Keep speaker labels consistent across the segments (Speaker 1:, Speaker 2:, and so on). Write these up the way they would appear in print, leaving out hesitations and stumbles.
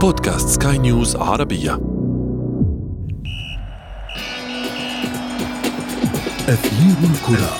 Speaker 1: بودكاست سكاي نيوز عربية.
Speaker 2: أثير الكرة.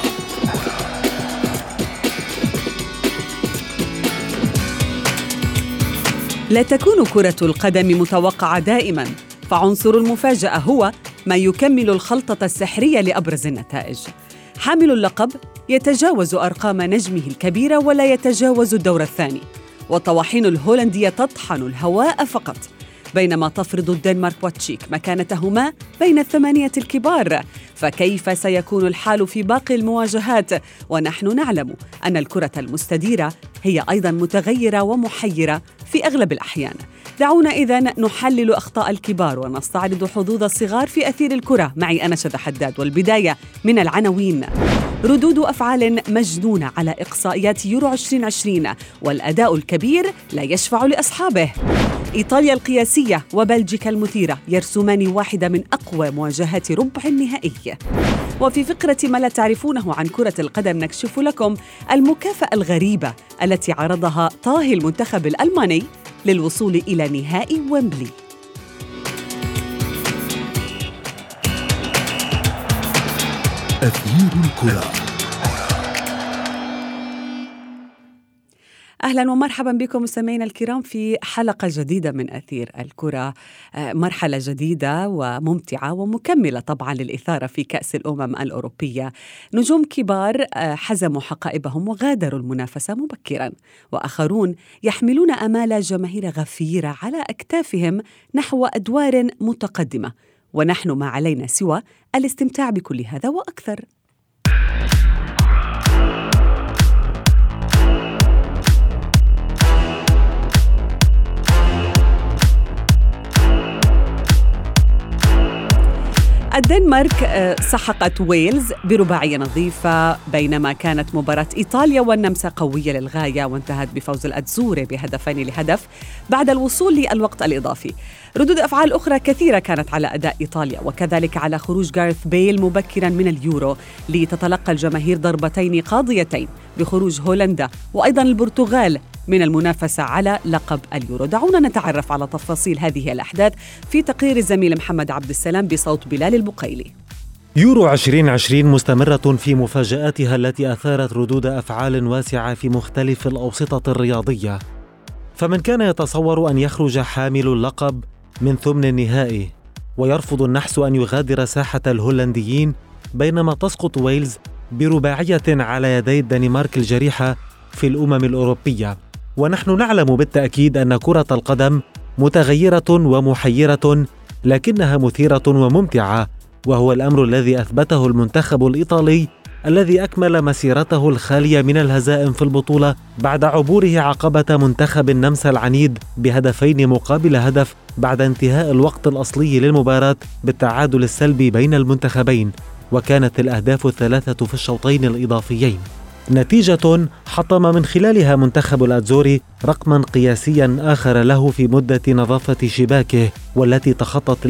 Speaker 3: لا تكون كرة القدم متوقعة دائماً، فعنصر المفاجأة هو ما يكمل الخلطة السحرية لأبرز النتائج. حامل اللقب يتجاوز أرقام نجمه الكبيرة ولا يتجاوز الدور الثاني، والطواحين الهولندية تطحن الهواء فقط، بينما تفرض الدنمارك والتشيك مكانتهما بين الثمانية الكبار. فكيف سيكون الحال في باقي المواجهات ونحن نعلم أن الكرة المستديرة هي أيضاً متغيرة ومحيرة في أغلب الأحيان؟ دعونا إذن نحلل أخطاء الكبار ونستعرض حظوظ الصغار في أثير الكرة. معي أنا شذى حداد، والبداية من العناوين. ردود أفعال مجنونة على إقصائيات يورو 2020، والأداء الكبير لا يشفع لأصحابه. إيطاليا القياسية وبلجيكا المثيرة يرسمان واحدة من أقوى مواجهات ربع النهائي. وفي فقرة ما لا تعرفونه عن كرة القدم نكشف لكم المكافأة الغريبة التي عرضها طاهي المنتخب الألماني للوصول إلى نهائي ويمبلي.
Speaker 2: أثير الكرة.
Speaker 3: أهلاً ومرحباً بكم مستمعينا الكرام في حلقة جديدة من أثير الكرة. مرحلة جديدة وممتعة ومكملة طبعاً للإثارة في كأس الأمم الأوروبية. نجوم كبار حزموا حقائبهم وغادروا المنافسة مبكراً، وآخرون يحملون آمال جماهير غفيرة على أكتافهم نحو أدوار متقدمة، ونحن ما علينا سوى الاستمتاع بكل هذا وأكثر. الدنمارك سحقت ويلز برباعية نظيفة، بينما كانت مباراة إيطاليا والنمسا قوية للغاية وانتهت بفوز الأتزوري ب2-1 بعد الوصول للوقت الإضافي. ردود أفعال أخرى كثيرة كانت على أداء إيطاليا، وكذلك على خروج غاريث بيل مبكراً من اليورو، لتتلقى الجماهير ضربتين قاضيتين بخروج هولندا وأيضاً البرتغال من المنافسة على لقب اليورو. دعونا نتعرف على تفاصيل هذه الأحداث في تقرير الزميل محمد عبد السلام بصوت بلال البقيلي.
Speaker 4: يورو 2020 مستمرة في مفاجآتها التي أثارت ردود أفعال واسعة في مختلف الأوسطة الرياضية. فمن كان يتصور أن يخرج حامل اللقب من ثمن النهائي ويرفض النحس أن يغادر ساحة الهولنديين، بينما تسقط ويلز برباعية على يدي الدنمارك الجريحة في الأمم الأوروبية. ونحن نعلم بالتأكيد أن كرة القدم متغيرة ومحيرة، لكنها مثيرة وممتعة، وهو الأمر الذي أثبته المنتخب الإيطالي الذي أكمل مسيرته الخالية من الهزائم في البطولة بعد عبوره عقبة منتخب النمسا العنيد ب2-1 بعد انتهاء الوقت الأصلي للمباراة بالتعادل السلبي بين المنتخبين، وكانت الأهداف 3 في الشوطين الإضافيين، نتيجة حطم من خلالها منتخب الأتزوري رقما قياسيا آخر له في مدة نظافة شباكه، والتي تخطت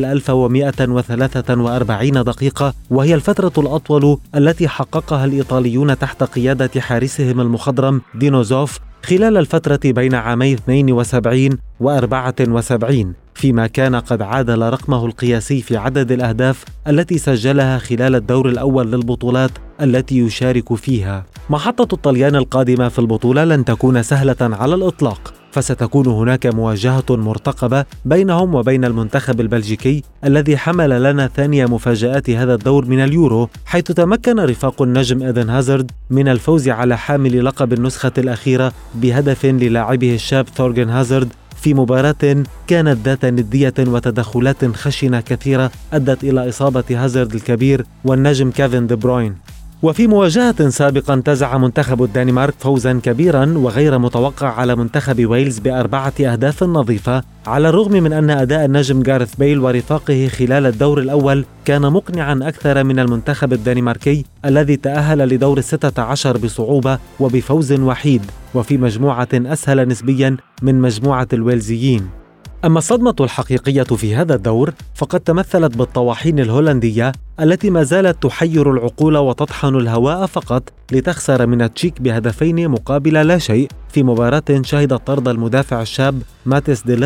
Speaker 4: 1143 دقيقة، وهي الفترة الأطول التي حققها الإيطاليون تحت قيادة حارسهم المخضرم دينو زوف خلال الفترة بين عامي 72 و74، فيما كان قد عادل رقمه القياسي في عدد الأهداف التي سجلها خلال الدور الأول للبطولات التي يشارك فيها. محطة الطليان القادمة في البطولة لن تكون سهلة على الإطلاق، فستكون هناك مواجهة مرتقبة بينهم وبين المنتخب البلجيكي الذي حمل لنا ثانية مفاجآت هذا الدور من اليورو، حيث تمكن رفاق النجم إيدن هازارد من الفوز على حامل لقب النسخة الأخيرة بهدف للاعبه الشاب ثورغن هازارد في مباراة كانت ذات ندية وتدخلات خشنة كثيرة أدت إلى إصابة هازارد الكبير والنجم كيفن دي بروين. وفي مواجهة سابقا انتزع منتخب الدنمارك فوزا كبيرا وغير متوقع على منتخب ويلز ب4 أهداف نظيفة، على الرغم من أن أداء النجم غاريث بيل ورفاقه خلال الدور الأول كان مقنعا أكثر من المنتخب الدنماركي الذي تأهل لدور 16 بصعوبة وبفوز وحيد، وفي مجموعة أسهل نسبيا من مجموعة الويلزيين. أما الصدمة الحقيقية في هذا الدور فقد تمثلت بالطواحين الهولندية التي ما زالت تحير العقول وتطحن الهواء فقط لتخسر من التشيك ب2 مقابل لا شيء في مباراة شهدت طرد المدافع الشاب ماتيس دي ليخت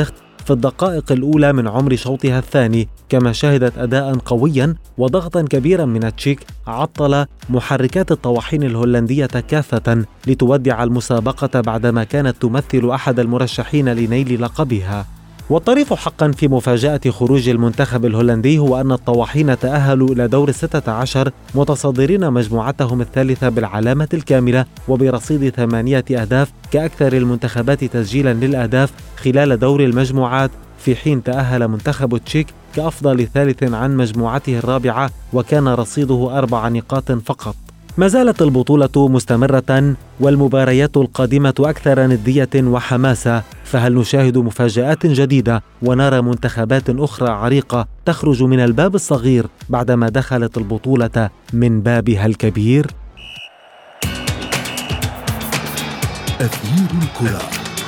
Speaker 4: في الدقائق الأولى من عمر شوطها الثاني، كما شهدت أداء قويا وضغطا كبيرا من التشيك عطل محركات الطواحين الهولندية كافة لتودع المسابقة بعدما كانت تمثل أحد المرشحين لنيل لقبها. والطريف حقا في مفاجأة خروج المنتخب الهولندي هو أن الطواحين تأهلوا إلى دور 16 متصدرين مجموعتهم الثالثة بالعلامة الكاملة وبرصيد 8 أهداف كأكثر المنتخبات تسجيلا للأهداف خلال دور المجموعات، في حين تأهل منتخب تشيك كأفضل ثالث عن مجموعته الرابعة وكان رصيده 4 نقاط فقط. ما زالت البطولة مستمرة والمباريات القادمة أكثر ندية وحماسة، فهل نشاهد مفاجآت جديدة ونرى منتخبات أخرى عريقة تخرج من الباب الصغير بعدما دخلت البطولة من بابها الكبير؟
Speaker 2: أثير الكرة.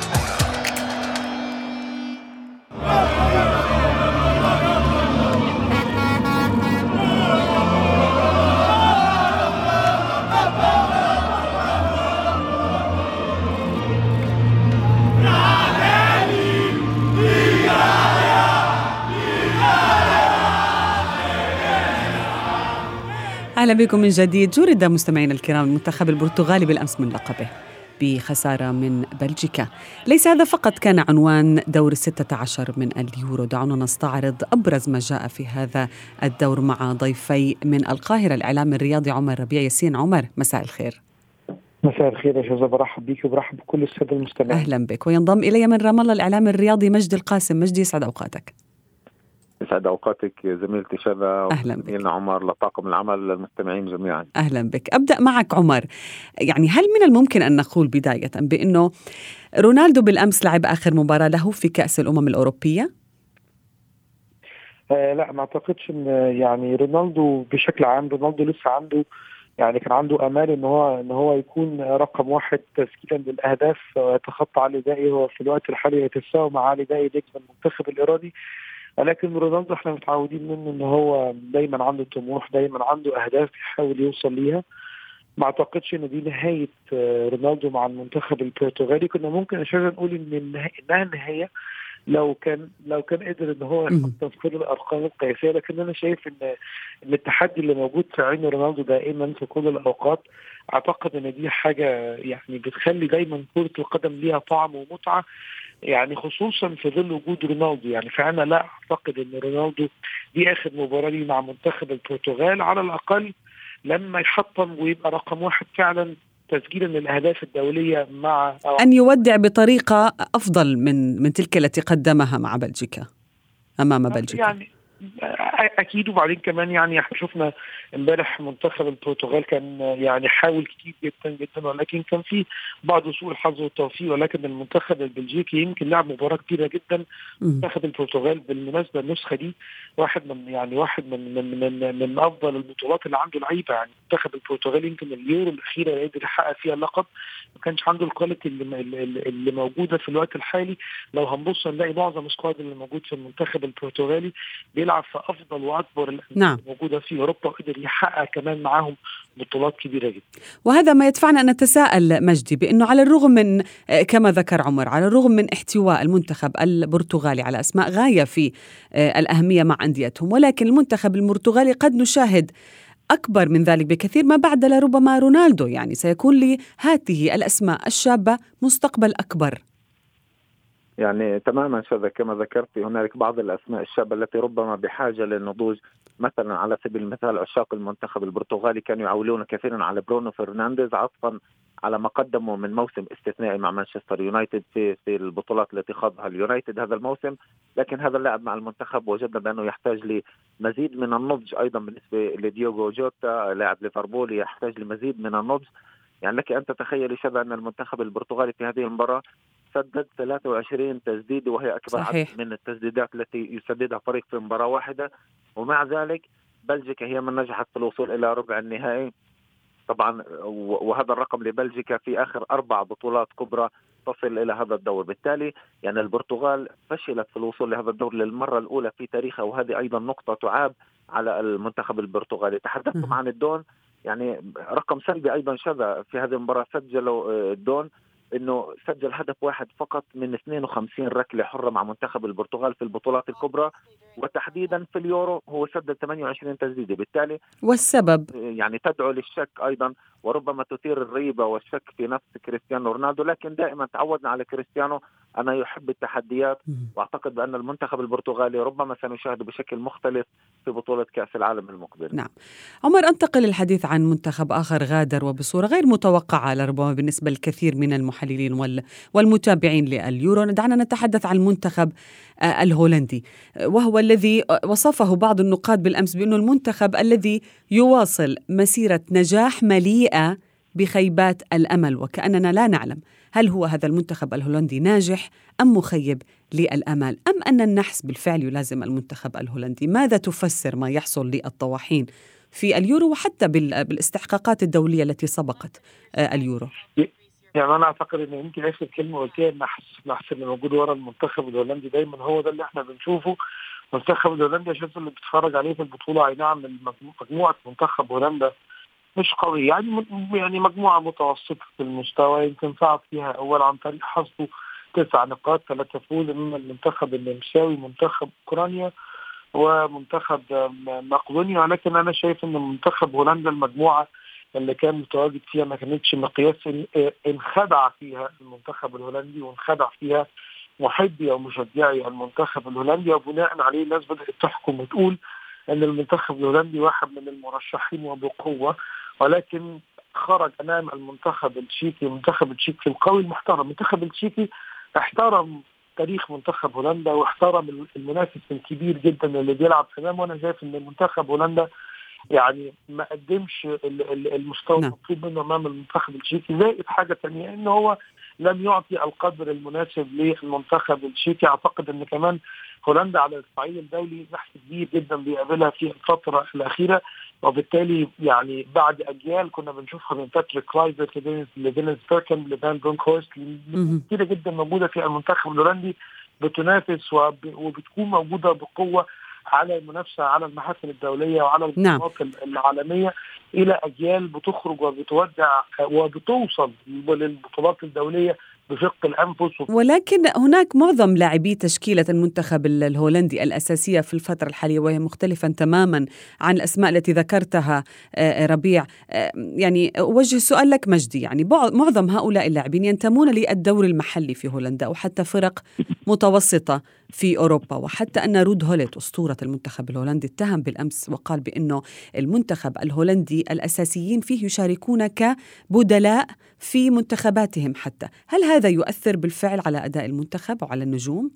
Speaker 3: أهلا بكم من جديد. جرد مستمعينا الكرام المنتخب البرتغالي بالأمس من لقبه بخسارة من بلجيكا. ليس هذا فقط كان عنوان دور 16 من اليورو. دعونا نستعرض أبرز ما جاء في هذا الدور مع ضيفي من القاهرة، الإعلام الرياضي عمر ربيع ياسين. عمر، مساء الخير.
Speaker 5: مساء الخير يا شذى، برحب بيك وبرحب بكل السادة المستمعين.
Speaker 3: أهلا بك. وينضم إلي من رام الله الإعلام الرياضي مجدي القاسم. مجدي، يسعد أوقاتك.
Speaker 6: يسعد أوقاتك زميلتي شذى وزميلنا عمر، لطاقم العمل للمستمعين جميعا.
Speaker 3: أهلا بك. أبدأ معك عمر، يعني هل من الممكن أن نقول بداية بأنه رونالدو بالأمس لعب آخر مباراة له في كأس الأمم الأوروبية؟
Speaker 5: لا، ما أعتقدش إن يعني رونالدو بشكل عام، رونالدو لسه عنده يعني كان عنده امال ان هو يكون رقم واحد تسجيلا للاهداف ويتخطى علي دائي. هو في الوقت الحالي يتساوى مع علي دائي نجم المنتخب الايراني، ولكن رونالدو احنا متعودين منه ان هو دايما عنده طموح، دايما عنده اهداف بيحاول يوصل ليها. ما اعتقدش ان دي نهايه رونالدو مع المنتخب البرتغالي. كنا ممكن نقول انها النهايه لو كان قدر ان هو يحقق كل الارقام القياسيه، لكن انا شايف ان التحدي اللي موجود في عين رونالدو دائما في كل الاوقات، اعتقد ان دي حاجه يعني بتخلي دايما كره القدم ليها طعم ومتعه، يعني خصوصا في ظل وجود رونالدو. يعني فانا لا اعتقد ان رونالدو دي اخر مباراه لي مع منتخب البرتغال، على الاقل لما يحطم ويبقى رقم واحد فعلا تسجيلا للأهداف الدولية مع
Speaker 3: أن يودع بطريقة أفضل من تلك التي قدمها مع بلجيكا أمام بلجيكا.
Speaker 5: يعني أكيد. وبعدين كمان يعني احنا شفنا امبارح منتخب البرتغال كان يعني حاول كتير جدا جدا، ولكن كان في بعض سوء الحظ والتوفيق، ولكن المنتخب البلجيكي يمكن لعب مباراة كبيرة جدا. منتخب البرتغال بالمناسبة النسخة دي واحد من أفضل البطولات اللي عنده لعيبة. يعني منتخب البرتغال يمكن اليورو الأخيرة اللي قدر يحقق فيها اللقب ما كانش عنده الكواليتي اللي موجودة في الوقت الحالي. لو هنبص نلاقي معظم السكواد اللي موجود في المنتخب البرتغالي بيلعب في أفضل وأكبر الأندية الموجودة في أوروبا، وقدر يحقق كمان معاهم بطولات كبيرة جدا.
Speaker 3: وهذا ما يدفعنا أن نتساءل مجدي بأنه على الرغم من كما ذكر عمر، على الرغم من احتواء المنتخب البرتغالي على أسماء غاية في الأهمية مع أنديتهم، ولكن المنتخب البرتغالي قد نشاهد أكبر من ذلك بكثير ما بعد لربما رونالدو. يعني سيكون لهذه الأسماء الشابة مستقبل أكبر.
Speaker 6: يعني تماما شذا كما ذكرت، هنالك بعض الأسماء الشابة التي ربما بحاجة للنضوج. مثلا على سبيل المثال عشاق المنتخب البرتغالي كانوا يعولون كثيرا على برونو فرنانديز عطفا على ما قدمه من موسم استثنائي مع مانشستر يونايتد في البطولات التي خاضها اليونايتد هذا الموسم. لكن هذا اللاعب مع المنتخب وجدنا بأنه يحتاج لمزيد من النضج. أيضا بالنسبة لديوغو جوتا لاعب ليفربول يحتاج لمزيد من النضج. يعني لك أن تتخيل شذا أن المنتخب البرتغالي في هذه المباراة سدد 23 تسديد، وهي أكبر عدد من التسديدات التي يسددها فريق في مباراة واحدة. ومع ذلك بلجيكا هي من نجحت في الوصول إلى ربع النهائي طبعا، وهذا الرقم لبلجيكا في آخر 4 بطولات كبرى تصل إلى هذا الدور. بالتالي يعني البرتغال فشلت في الوصول لهذا الدور للمرة الأولى في تاريخها، وهذه أيضا نقطة تعاب على المنتخب البرتغالي. تحدثتم عن الدون، يعني رقم سلبي أيضا شذا في هذه المباراة سجلوا الدون أنه سجل هدف واحد فقط من 52 ركلة حرة مع منتخب البرتغال في البطولات الكبرى، وتحديدا في اليورو هو سجل 28 تسديدة. بالتالي
Speaker 3: والسبب
Speaker 6: يعني تدعو للشك أيضا، وربما تثير الريبة والشك في نفس كريستيانو رونالدو. لكن دائما تعودنا على كريستيانو أنا يحب التحديات، وأعتقد بأن المنتخب البرتغالي ربما سنشاهده بشكل مختلف في بطولة كأس العالم المقبل.
Speaker 3: نعم. عمر، أنتقل الحديث عن منتخب آخر غادر وبصورة غير متوقعة لربما بالنسبة للكثير من المحللين والمتابعين لليورو. دعنا نتحدث عن المنتخب الهولندي، وهو الذي وصفه بعض النقاد بالأمس بأنه المنتخب الذي يواصل مسيرة نجاح مليئة بخيبات الأمل، وكأننا لا نعلم هل هو هذا المنتخب الهولندي ناجح أم مخيب للأمل، أم أن النحس بالفعل يلازم المنتخب الهولندي. ماذا تفسر ما يحصل للطواحين في اليورو وحتى بالاستحقاقات الدولية التي سبقت اليورو؟
Speaker 5: يعني أنا أعتقد إن يمكن آخر كلمة قلتها النحس اللي موجود ورا المنتخب الهولندي دايما هو ده اللي احنا بنشوفه. المنتخب الهولندي عشان اللي بتتفرج عليه في البطولة، أي نعم مجموعة منتخب هولندا مش قوي، يعني مجموعة متوسطة في المستوى، يمكن صعد فيها أول عن طريق حصده 9 نقاط 3 فوز من المنتخب النمساوي، منتخب أوكرانيا ومنتخب مقدونيا. ولكن أنا شايف إن منتخب هولندا المجموعة اللي كان متواجد فيها ما كانتش مقياس انخدع فيها المنتخب الهولندي، وانخدع فيها محبي ومشجعي المنتخب الهولندي، وبناء عليه الناس بدأت تحكم وتقول أن المنتخب الهولندي واحد من المرشحين وبقوة، ولكن خرج أمام المنتخب التشيكي. المنتخب التشيكي القوي المحترم، المنتخب التشيكي احترم تاريخ منتخب هولندا واحترم المنافس الكبير جدا اللي بيلعب أمامه. وأنا شايف أن المنتخب هولندا يعني ما قدمش المستوى المطلوب منه أمام المنتخب التشيكي. زائد حاجة تانية إنه هو لم يعطي القدر المناسب للمنتخب التشيكي. أعتقد أن كمان هولندا على الصعيد الدولي نحس كبير جدا بيقابلها في الفترة الأخيرة، وبالتالي يعني بعد أجيال كنا بنشوفها من باتريك كلايفرت لدينيس بيركن لفان برونكهورست كتير جدا موجودة في المنتخب الهولندي بتنافس وبتكون موجودة بقوة على المنافسة على المحافل الدولية وعلى البطولات العالمية، إلى أجيال بتخرج وبتودع وبتوصل للبطولات الدولية بشق الأنفس.
Speaker 3: ولكن هناك معظم لاعبي تشكيلة المنتخب الهولندي الأساسية في الفترة الحالية وهي مختلفة تماما عن الأسماء التي ذكرتها ربيع. يعني أوجه سؤال لك مجدي، يعني معظم هؤلاء اللاعبين ينتمون للدور المحلي في هولندا أو حتى فرق متوسطة في أوروبا، وحتى أن رود هولت أسطورة المنتخب الهولندي اتهم بالأمس وقال بأنه المنتخب الهولندي الأساسيين فيه يشاركون كبدلاء في منتخباتهم حتى. هل هذا يؤثر بالفعل على أداء المنتخب وعلى النجوم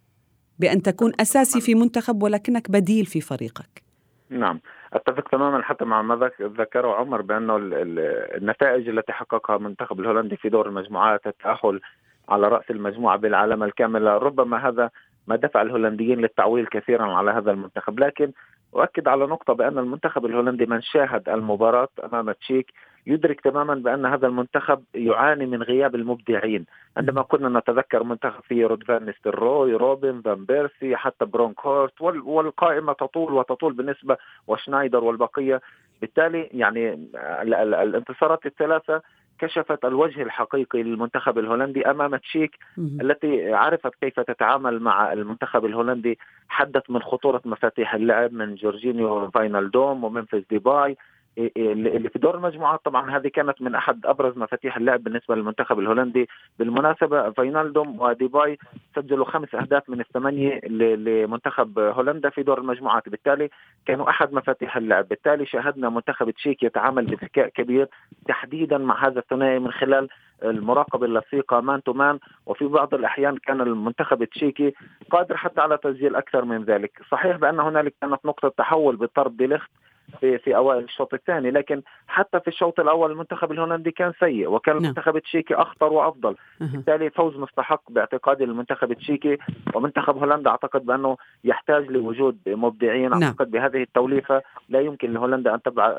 Speaker 3: بأن تكون أساسي في منتخب ولكنك بديل في فريقك؟
Speaker 6: نعم، أتفق تماما حتى مع ما ذكره عمر بأنه النتائج التي حققها المنتخب الهولندي في دور المجموعات، التأهل على رأس المجموعة بالعلامة الكاملة، ربما هذا ما دفع الهولنديين للتعويل كثيرا على هذا المنتخب. لكن أؤكد على نقطة بأن المنتخب الهولندي من شاهد المباراة أمام تشيك يدرك تماما بأن هذا المنتخب يعاني من غياب المبدعين. عندما كنا نتذكر منتخب فيه رود فان نيستلروي، روبن فان بيرسي، حتى برونكهورست، والقائمة تطول وتطول بالنسبة وشنايدر والبقية. بالتالي يعني الانتصارات الثلاثة كشفت الوجه الحقيقي للمنتخب الهولندي أمام تشيك التي عرفت كيف تتعامل مع المنتخب الهولندي. حدث من خطورة مفاتيح اللعب من جورجينيو فاينالدوم ومنفس ديباي اللي في دور المجموعات. طبعا هذه كانت من أحد أبرز مفاتيح اللعب بالنسبة للمنتخب الهولندي. بالمناسبة فاينالدوم وديباي سجلوا 5 أهداف من 8 لمنتخب هولندا في دور المجموعات، بالتالي كانوا أحد مفاتيح اللعب. بالتالي شاهدنا منتخب تشيك يتعامل بذكاء كبير تحديدا مع هذا الثنائي من خلال المراقبة اللصيقة مان تو مان، وفي بعض الأحيان كان المنتخب التشيكي قادر حتى على تسجيل أكثر من ذلك. صحيح بأن هنالك كانت نقطة تحول بطرد دي ليخت في أوائل الشوط الثاني، لكن حتى في الشوط الأول المنتخب الهولندي كان سيء وكان المنتخب التشيكي أخطر وأفضل. بالتالي فوز مستحق باعتقادي للمنتخب التشيكي. ومنتخب هولندا أعتقد بأنه يحتاج لوجود مبدعين. أعتقد بهذه التوليفة لا يمكن لهولندا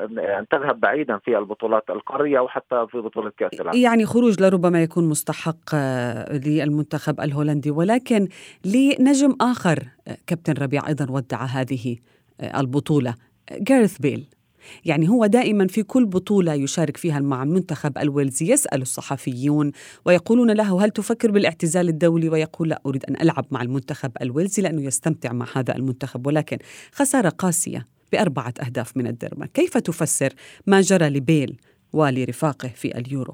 Speaker 6: أن تذهب بعيدا في البطولات القارية أو حتى في بطولة كأس العالم.
Speaker 3: يعني خروج لربما يكون مستحق للمنتخب الهولندي، ولكن لنجم آخر كابتن ربيع أيضا ودع هذه البطولة، غاريث بيل. يعني هو دائما في كل بطولة يشارك فيها مع المنتخب الويلزي يسأل الصحفيون ويقولون له: هل تفكر بالاعتزال الدولي؟ ويقول: لا، أريد أن ألعب مع المنتخب الويلزي لأنه يستمتع مع هذا المنتخب. ولكن خسارة قاسية ب4 أهداف من الدرما. كيف تفسر ما جرى لبيل ولرفاقه في اليورو؟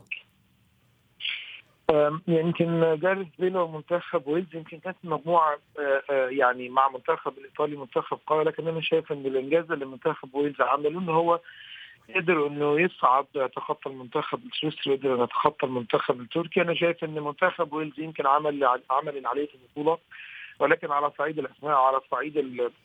Speaker 5: يمكن جاريث بيل ومنتخب ويلز يمكن كانت مجموعة يعني مع منتخب الإيطالي منتخب قوي، لكن أنا شايف أن الإنجاز اللي منتخب ويلز عمله أنه هو قدر أنه يصعد يتخطى المنتخب السويسري وقدر أن يتخطى المنتخب التركي. أنا شايف أن منتخب ويلز يمكن عمل اللي عليه في البطولة، ولكن على صعيد الأسماء وعلى صعيد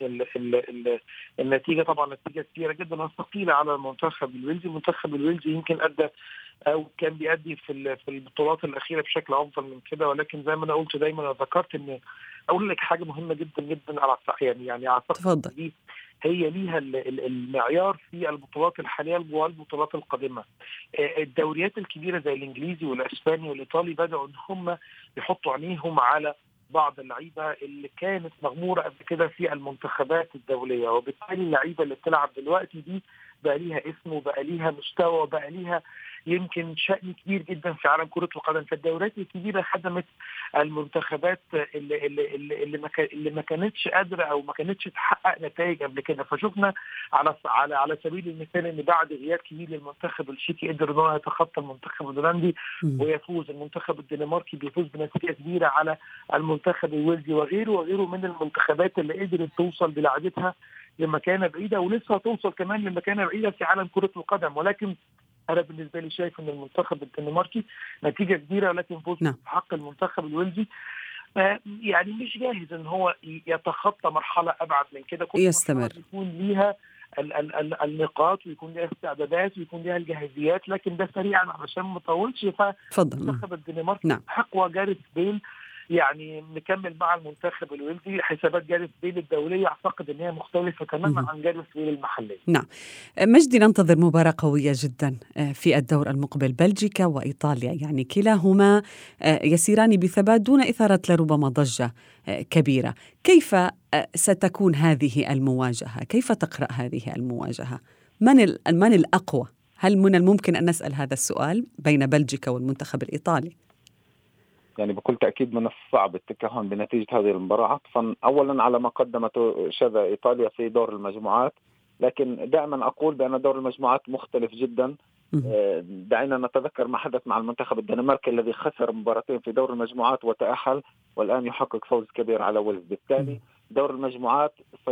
Speaker 5: النتيجة طبعا نتيجة كبيرة جدا وثقيلة على المنتخب الويلزي. المنتخب الويلزي يمكن أدى أو كان بيأدي في البطولات الأخيرة بشكل أفضل من كده، ولكن زي ما أنا قلت دايما ذكرت إن أقول لك حاجة مهمة جدا جدا على يعني أعتقد دي هي ليها المعيار في البطولات الحالية والبطولات القادمة. الدوريات الكبيرة زي الإنجليزي والإسباني والإيطالي بدأوا إن هم يحطوا عينيهم على بعض اللعيبة اللي كانت مغمورة قبل كده في المنتخبات الدولية، وبالتالي اللعيبة اللي بتلعب دلوقتي دي بقى ليها اسم وبقى ليها مستوى وبقى ليها يمكن شأن كبير جدا في عالم كرة القدم. فالدوريات الكبيرة خدمت المنتخبات اللي ما كانتش قادرة أو ما كانتش تحقق نتائج قبل كده. فشوفنا على سبيل المثال إن بعد غياب كبير للمنتخب التشيكي قدر إنه يتخطى المنتخب الهولندي ويفوز. المنتخب الدنماركي بيفوز بنتيجة كبيرة على المنتخب الويلزي وغيره من المنتخبات اللي قدرت توصل بلعبتها لمكانة بعيدة ولسه هتوصل كمان لمكانة بعيدة في عالم كرة القدم. ولكن أنا بالنسبة لي شايف أن المنتخب الدنماركي نتيجة كبيرة، ولكن فوز حق المنتخب الويلزي يعني مش جاهز أن هو يتخطى مرحلة أبعد من كده. كل
Speaker 3: يستمر
Speaker 5: يكون ليها النقاط ويكون لها استعدادات ويكون لها الجاهزيات، لكن ده سريعا علشان ما نطولش. فالمنتخب الدنماركي حق وجاريث بيل يعني مكمل مع المنتخب الويلزي. حسابات جاريث بيل الدولية أعتقد أن هي مختلفة تماما عن جاريث بيل المحلية.
Speaker 3: نعم مجدي، ننتظر مباراة قوية جدا في الدور المقبل، بلجيكا وإيطاليا، يعني كلاهما يسيران بثبات دون إثارة لربما ضجة كبيرة. كيف ستكون هذه المواجهة؟ كيف تقرأ هذه المواجهة؟ من الأقوى؟ هل من الممكن أن نسأل هذا السؤال بين بلجيكا والمنتخب الإيطالي؟
Speaker 6: يعني بكل تأكيد من الصعب التكهن بنتيجة هذه المباراة، عطفا أولا على ما قدمته شذا إيطاليا في دور المجموعات، لكن دائما أقول بأن دور المجموعات مختلف جدا. دعينا نتذكر ما حدث مع المنتخب الدنماركي الذي خسر مباراتين في دور المجموعات وتأهل والآن يحقق فوز كبير على ويلز. بالتالي دور المجموعات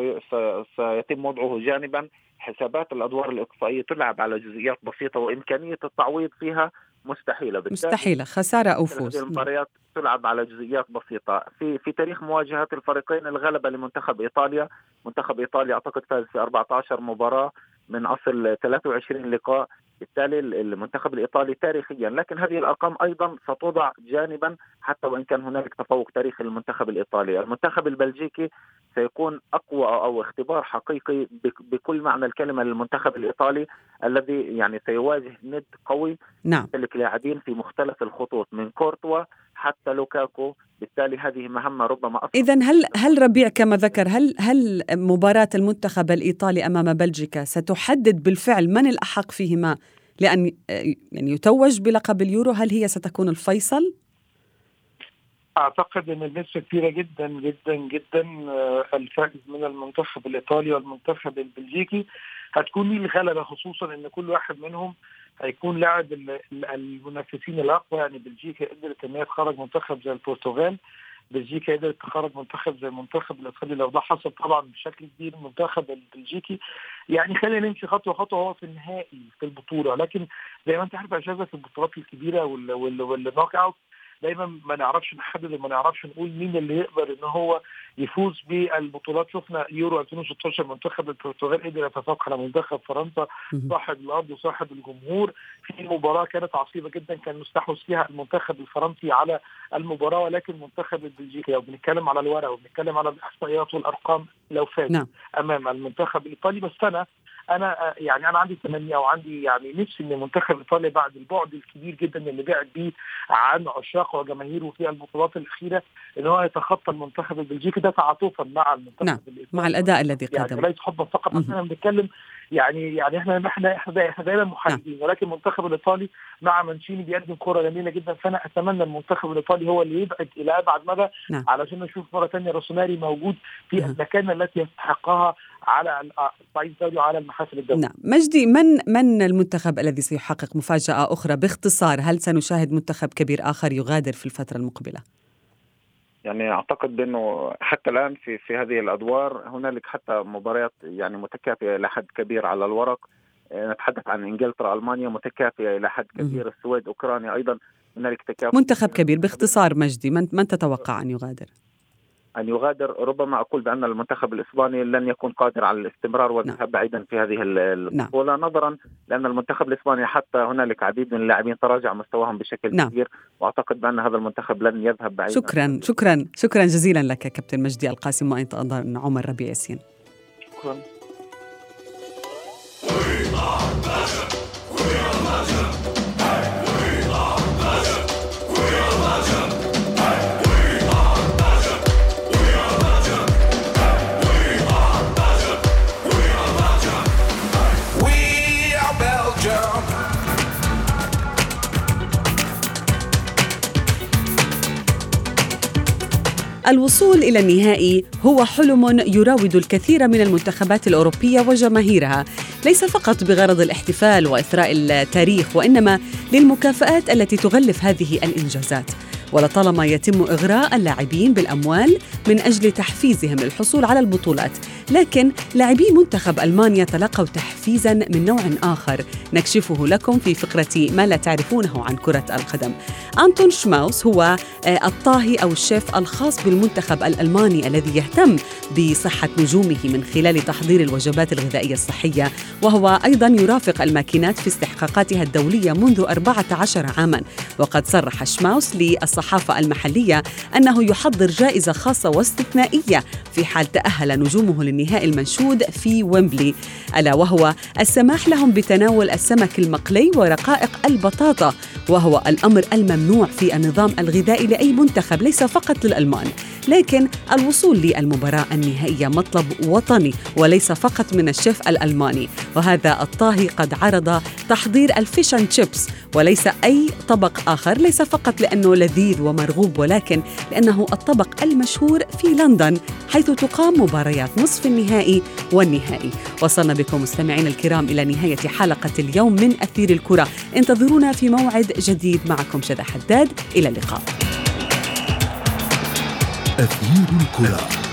Speaker 6: سيتم وضعه جانبا. حسابات الأدوار الإقصائية تلعب على جزئيات بسيطة وإمكانية التعويض فيها مستحيلة،
Speaker 3: خسارة أو فوز.
Speaker 6: المباريات تلعب على جزئيات بسيطة. في تاريخ مواجهات الفريقين الغلبة لمنتخب إيطاليا. منتخب إيطاليا أعتقد فاز في 14 مباراة من أصل 23 لقاء. بالتالي المنتخب الإيطالي تاريخيا، لكن هذه الأرقام أيضا ستوضع جانبا حتى وإن كان هناك تفوق تاريخي للمنتخب الإيطالي. المنتخب البلجيكي سيكون أقوى أو اختبار حقيقي بكل معنى الكلمة للمنتخب الإيطالي الذي يعني سيواجه ند قوي.
Speaker 3: نعم.
Speaker 6: لاعبين في مختلف الخطوط من كورتوا حتى لوكاكو. بالتالي هذه مهمة ربما أصعب.
Speaker 3: إذن هل ربيع كما ذكر هل مباراة المنتخب الإيطالي أمام بلجيكا ستحدد بالفعل من الأحق فيهما لأن يعني يتوج بلقب اليورو؟ هل هي ستكون الفيصل؟
Speaker 5: أعتقد أن النسبة كبيرة جدا جدا جدا الفائز من المنتخب الإيطالي والمنتخب البلجيكي هتكون ليه الغلبة، خصوصا أن كل واحد منهم هيكون لاعب المنافسين الأقوى. يعني بلجيكا قدرت أن هي تخرج منتخب زي البرتغال، بلجيكا قدرت تخرج منتخب زي المنتخب الإيطالي. لو ده حصل طبعا بشكل كبير المنتخب البلجيكي يعني خلينا نمشي خطوة خطوة هو في النهائي في البطولة. لكن زي ما أنت عارف أشياء في البطولات الكبيرة والنوك أوت دايما ما نعرفش نحدد وما نعرفش نقول مين اللي يقدر ان هو يفوز بالبطولات. شفنا يورو 2016 منتخب البرتغال قدر يتفوق على منتخب فرنسا صاحب الارض وصاحب الجمهور في مباراه كانت عصيبه جدا، كان مستحوذ فيها المنتخب الفرنسي على المباراه، ولكن المنتخب البلجيكي لو بنتكلم على الورق وبنتكلم على الاحصائيات والارقام لو فاز امام المنتخب الايطالي. بس انا أنا عندي تمنية وعندي يعني نفسي إن المنتخب الإيطالي بعد البعد الكبير جدا اللي بعد بيه عن عشاقه وجماهيره في البطولات الأخيرة إن هو يتخطى المنتخب البلجيكي ده تعاطفا مع المنتخب الإيطالي،
Speaker 3: مع الأداء الذي قدم،
Speaker 5: يعني ليس حبا فقط. احنا بنتكلم يعني احنا دايما محايدين، ولكن المنتخب الإيطالي مع مانشيني بيقدم كرة جميلة جدا، فأنا أتمنى المنتخب الإيطالي هو اللي يبعد إلى أبعد مدى علشان نشوف مرة ثانية روسوناري موجود في المكانة التي يستحقها على الصعيد الدولي وعلى المحافل الدولية.
Speaker 3: نعم. مجدي، من المنتخب الذي سيحقق مفاجأة أخرى باختصار؟ هل سنشاهد منتخب كبير آخر يغادر في الفترة المقبلة؟
Speaker 6: يعني أعتقد بأنه حتى الآن في هذه الأدوار هنالك حتى مباريات يعني متكافئة إلى حد كبير على الورق. نتحدث عن إنجلترا، ألمانيا متكافئة إلى حد كبير، السويد، أوكرانيا أيضا هنالك تكافؤ.
Speaker 3: منتخب كبير باختصار مجدي، من تتوقع أن يغادر؟
Speaker 6: ربما أقول بأن المنتخب الإسباني لن يكون قادر على الاستمرار والذهاب بعيدا في هذه البطولة، نظرا لأن المنتخب الإسباني حتى هنالك عديد من اللاعبين تراجع مستواهم بشكل كبير، وأعتقد بأن هذا المنتخب لن يذهب بعيدا.
Speaker 3: شكرا جزيلا لك كابتن مجدي القاسم، وأنت أيضا عمر ربيع ياسين.
Speaker 5: شكرا.
Speaker 3: الوصول إلى النهائي هو حلم يراود الكثير من المنتخبات الأوروبية وجماهيرها، ليس فقط بغرض الاحتفال وإثراء التاريخ، وإنما للمكافآت التي تغلف هذه الإنجازات. ولطالما يتم إغراء اللاعبين بالأموال من أجل تحفيزهم للحصول على البطولات، لكن لاعبي منتخب ألمانيا تلقوا تحفيزاً من نوع آخر نكشفه لكم في فقرة ما لا تعرفونه عن كرة القدم. أنتون شماوس هو الطاهي أو الشيف الخاص بالمنتخب الألماني الذي يهتم بصحة نجومه من خلال تحضير الوجبات الغذائية الصحية، وهو أيضاً يرافق الماكينات في استحقاقاتها الدولية منذ 14 عاماً. وقد صرح شماوس للصحافة المحلية أنه يحضر جائزة خاصة واستثنائية في حال تأهل نجومه للنهائي المنشود في ويمبلي، ألا وهو السماح لهم بتناول السمك المقلي ورقائق البطاطا، وهو الأمر الممنوع في النظام الغذائي لأي منتخب، ليس فقط للألمان. لكن الوصول للمباراة النهائية مطلب وطني وليس فقط من الشيف الألماني، وهذا الطاهي قد عرض تحضير الفيش اند تشيبس وليس أي طبق آخر، ليس فقط لأنه لذيذ ومرغوب، ولكن لأنه الطبق المشهور في لندن حيث تقام مباريات نصف النهائي والنهائي. وصلنا بكم مستمعين الكرام إلى نهاية حلقة اليوم من أثير الكرة، انتظرونا في موعد جديد. معكم شذى حداد، إلى اللقاء.
Speaker 2: أثير الكرة.